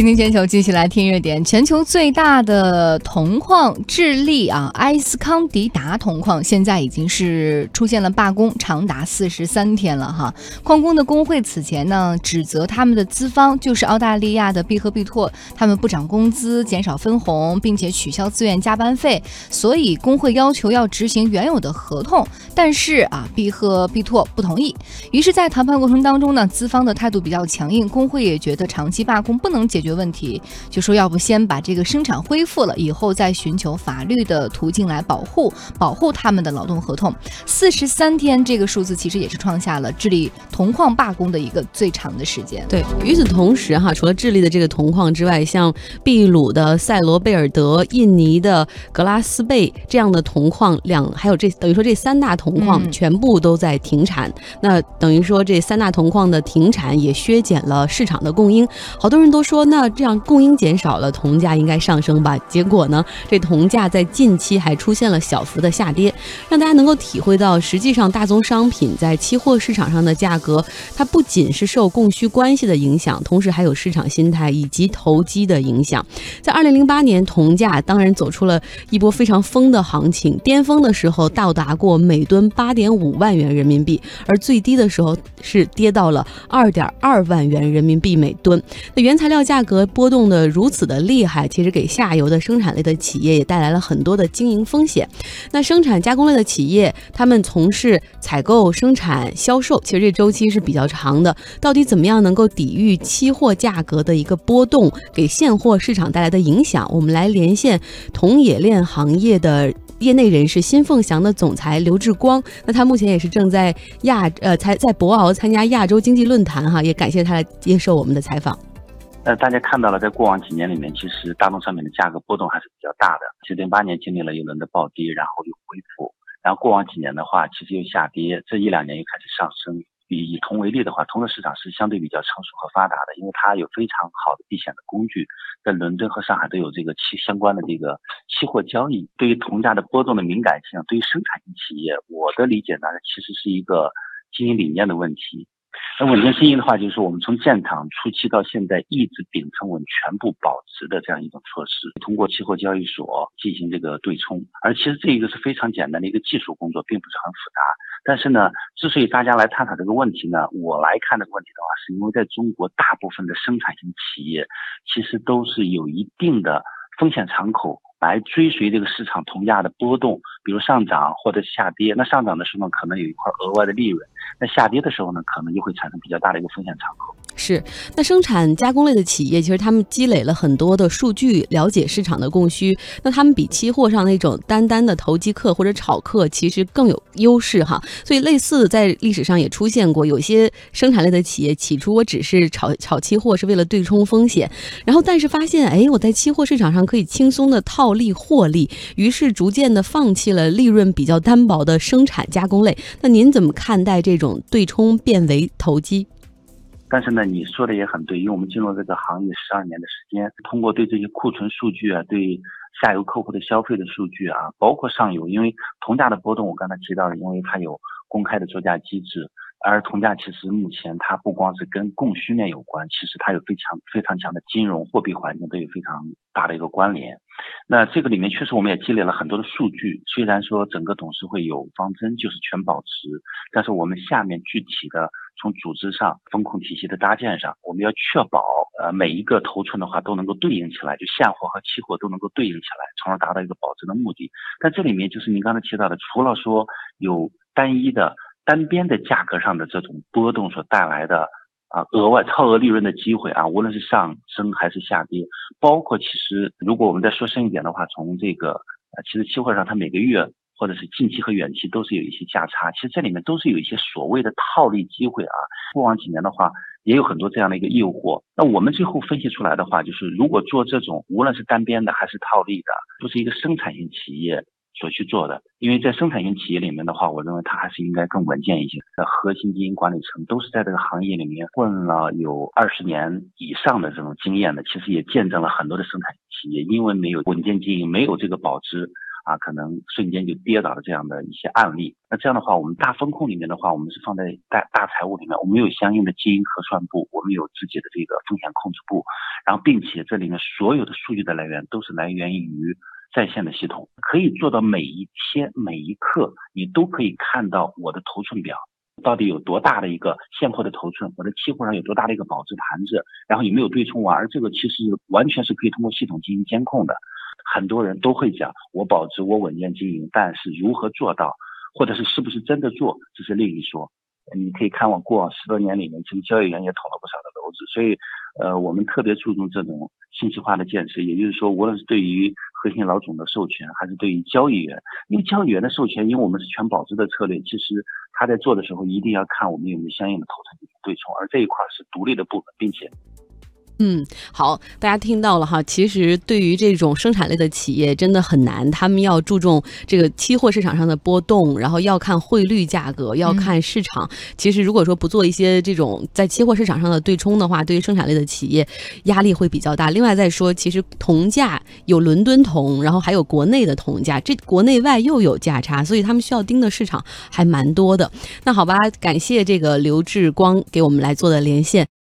倾听全球，继续来听热点。全球最大的铜矿智利埃斯康迪达铜矿现在已经是出现了罢工，长达43天了哈。矿工的工会此前呢指责他们的资方就是澳大利亚的必和必拓，他们不涨工资、减少分红，并且取消自愿加班费，所以工会要求要执行原有的合同，但是必和必拓不同意。于是，在谈判过程当中呢，资方的态度比较强硬，工会也觉得长期罢工不能解决问题，就说要不先把这个生产恢复了，以后再寻求法律的途径来保护他们的劳动合同。43天这个数字其实也是创下了智利铜矿罢工的一个最长的时间。 对，与此同时除了智利的这个铜矿之外，像秘鲁的塞罗贝尔德、印尼的格拉斯贝这样的铜矿还有等于说这3大铜矿全部都在停产。那等于说这3大铜矿的停产也削减了市场的供应。好多人都说，那这样供应减少了，铜价应该上升吧？结果呢，这铜价在近期还出现了小幅的下跌，让大家能够体会到，实际上大宗商品在期货市场上的价格，它不仅是受供需关系的影响，同时还有市场心态以及投机的影响。在2008年，铜价当然走出了一波非常疯的行情，巅峰的时候到达过每吨8.5万元人民币，而最低的时候是跌到了2.2万元人民币每吨。那原材料价格波动的如此的厉害，其实给下游的生产类的企业也带来了很多的经营风险。那生产加工类的企业，他们从事采购、生产、销售，其实这周期是比较长的。到底怎么样能够抵御期货价格的一个波动给现货市场带来的影响？我们来连线铜冶炼行业的业内人士新凤祥的总裁刘志光。那他目前也是正在在博鳌参加亚洲经济论坛也感谢他来接受我们的采访。 大家看到了，在过往几年里面，其实大宗商品的价格波动还是比较大的。其实08年经历了一轮的暴跌，然后又恢复，然后过往几年的话，其实又下跌，这1-2年又开始上升。以铜为例的话，铜的市场是相对比较成熟和发达的，因为它有非常好的避险的工具，在伦敦和上海都有这个相关的这个期货交易。对于铜价的波动的敏感性，对于生产型企业，我的理解呢，其实是一个经营理念的问题。那稳健经营的话，就是我们从建厂初期到现在一直秉承稳全部保值的这样一种措施，通过期货交易所进行这个对冲。而其实这一个是非常简单的一个技术工作，并不是很复杂。但是呢，之所以大家来探讨这个问题呢，我来看这个问题的话，是因为在中国大部分的生产型企业其实都是有一定的风险敞口来追随这个市场铜价的波动，比如上涨或者下跌。那上涨的时候呢，可能有一块额外的利润，那下跌的时候呢，可能就会产生比较大的一个风险敞口。 是，那生产加工类的企业，其实他们积累了很多的数据，了解市场的供需，那他们比期货上那种单的投机客或者炒客其实更有优势所以类似在历史上也出现过，有些生产类的企业起初我只是炒期货是为了对冲风险，然后但是发现我在期货市场上可以轻松的套利获利，于是逐渐的放弃了利润比较单薄的生产加工类。那您怎么看待这种对冲变为投机？ 但是呢，你说的也很对，因为我们进入这个行业12年的时间，通过对这些库存数据对下游客户的消费的数据包括上游，因为铜价的波动我刚才提到了，因为它有公开的作价机制，而铜价其实目前它不光是跟供需面有关，其实它有非常强的金融货币环境都有非常大的一个关联。那这个里面确实我们也积累了很多的数据，虽然说整个董事会有方针就是全保值，但是我们下面具体的从组织上风控体系的搭建上，我们要确保每一个头寸的话都能够对应起来，就现货和期货都能够对应起来，从而达到一个保值的目的。但这里面就是您刚才提到的，除了说有单边的价格上的这种波动所带来的额外超额利润的机会无论是上升还是下跌，包括其实如果我们再说深一点的话，从这个其实期货上它每个月或者是近期和远期都是有一些价差，其实这里面都是有一些所谓的套利机会过往几年的话也有很多这样的一个诱惑。那我们最后分析出来的话，就是如果做这种无论是单边的还是套利的，都是一个生产型企业所去做的。因为在生产型企业里面的话，我认为它还是应该更稳健一些。核心经营管理层都是在这个行业里面混了有20年以上的这种经验的，其实也见证了很多的生产型企业因为没有稳健经营，没有这个保值， 可能瞬间就跌倒的这样的一些案例。那这样的话，我们大风控里面的话，我们是放在大财务里面，我们有相应的基因核算部，我们有自己的这个风险控制部，然后并且这里面所有的数据的来源都是来源于在线的系统，可以做到每一天每一刻你都可以看到我的头寸表到底有多大的一个现货的头寸，我的期货上有多大的一个保值盘子，然后有没有对冲完，而这个其实完全是可以通过系统进行监控的。很多人都会讲我保值我稳健经营，但是如何做到，或者是不是真的做，这是另一说。你可以看过往10多年里面，其实交易员也捅了不少的篓子，所以我们特别注重这种信息化的建设，也就是说无论是对于核心老总的授权，还是对于交易员，因为交易员的授权，因为我们是全保值的策略，其实他在做的时候一定要看我们有没有相应的投资进行对冲，而这一块是独立的部分，并且好，大家听到了哈，其实对于这种生产类的企业真的很难，他们要注重这个期货市场上的波动，然后要看汇率价格，要看市场。其实如果说不做一些这种在期货市场上的对冲的话，对于生产类的企业压力会比较大。另外再说，其实铜价有伦敦铜，然后还有国内的铜价，这国内外又有价差，所以他们需要盯的市场还蛮多的。那好吧，感谢这个刘志光给我们来做的连线。